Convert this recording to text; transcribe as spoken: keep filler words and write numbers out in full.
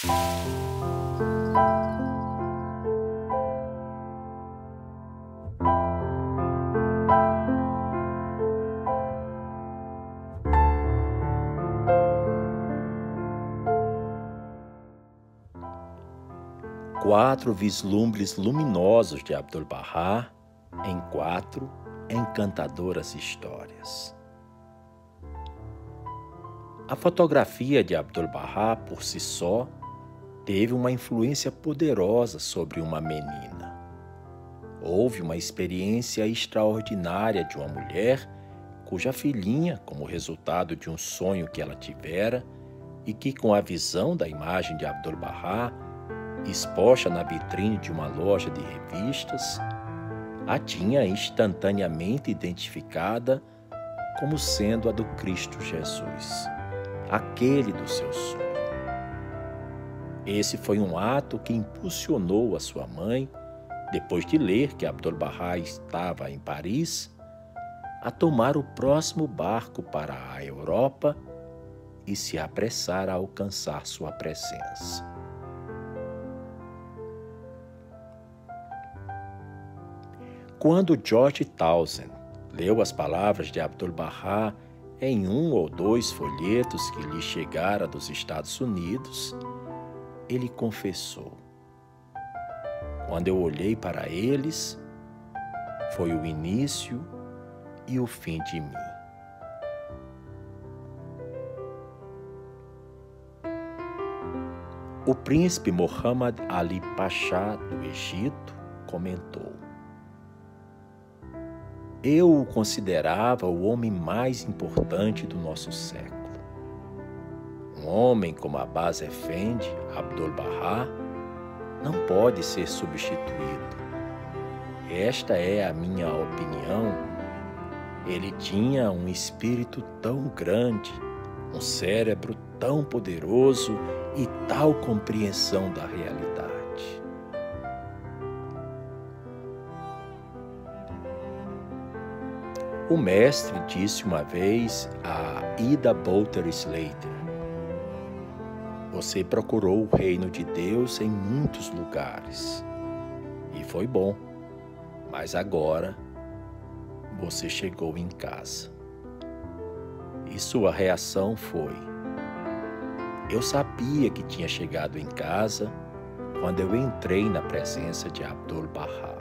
Quatro vislumbres luminosos de Abdu'l-Bahá em quatro encantadoras histórias. A fotografia de Abdu'l-Bahá, por si só, teve uma influência poderosa sobre uma menina. Houve uma experiência extraordinária de uma mulher cuja filhinha, como resultado de um sonho que ela tivera, e que com a visão da imagem de Abdu'l-Bahá, exposta na vitrine de uma loja de revistas, a tinha instantaneamente identificada como sendo a do Cristo Jesus, aquele do seu sonho. Esse foi um ato que impulsionou a sua mãe, depois de ler que Abdu'l-Bahá estava em Paris, a tomar o próximo barco para a Europa e se apressar a alcançar sua presença. Quando George Townsend leu as palavras de Abdu'l-Bahá em um ou dois folhetos que lhe chegara dos Estados Unidos, ele confessou: "Quando eu olhei para eles, foi o início e o fim de mim." O príncipe Muhammad Ali Pasha do Egito comentou: "Eu o considerava o homem mais importante do nosso século. Um homem como Abbas Effendi, Abdu'l-Bahá, não pode ser substituído. Esta é a minha opinião. Ele tinha um espírito tão grande, um cérebro tão poderoso e tal compreensão da realidade." O mestre disse uma vez a Ida Bolter Slater: "Você procurou o reino de Deus em muitos lugares, e foi bom, mas agora você chegou em casa." E sua reação foi: "Eu sabia que tinha chegado em casa quando eu entrei na presença de Abdu'l-Bahá."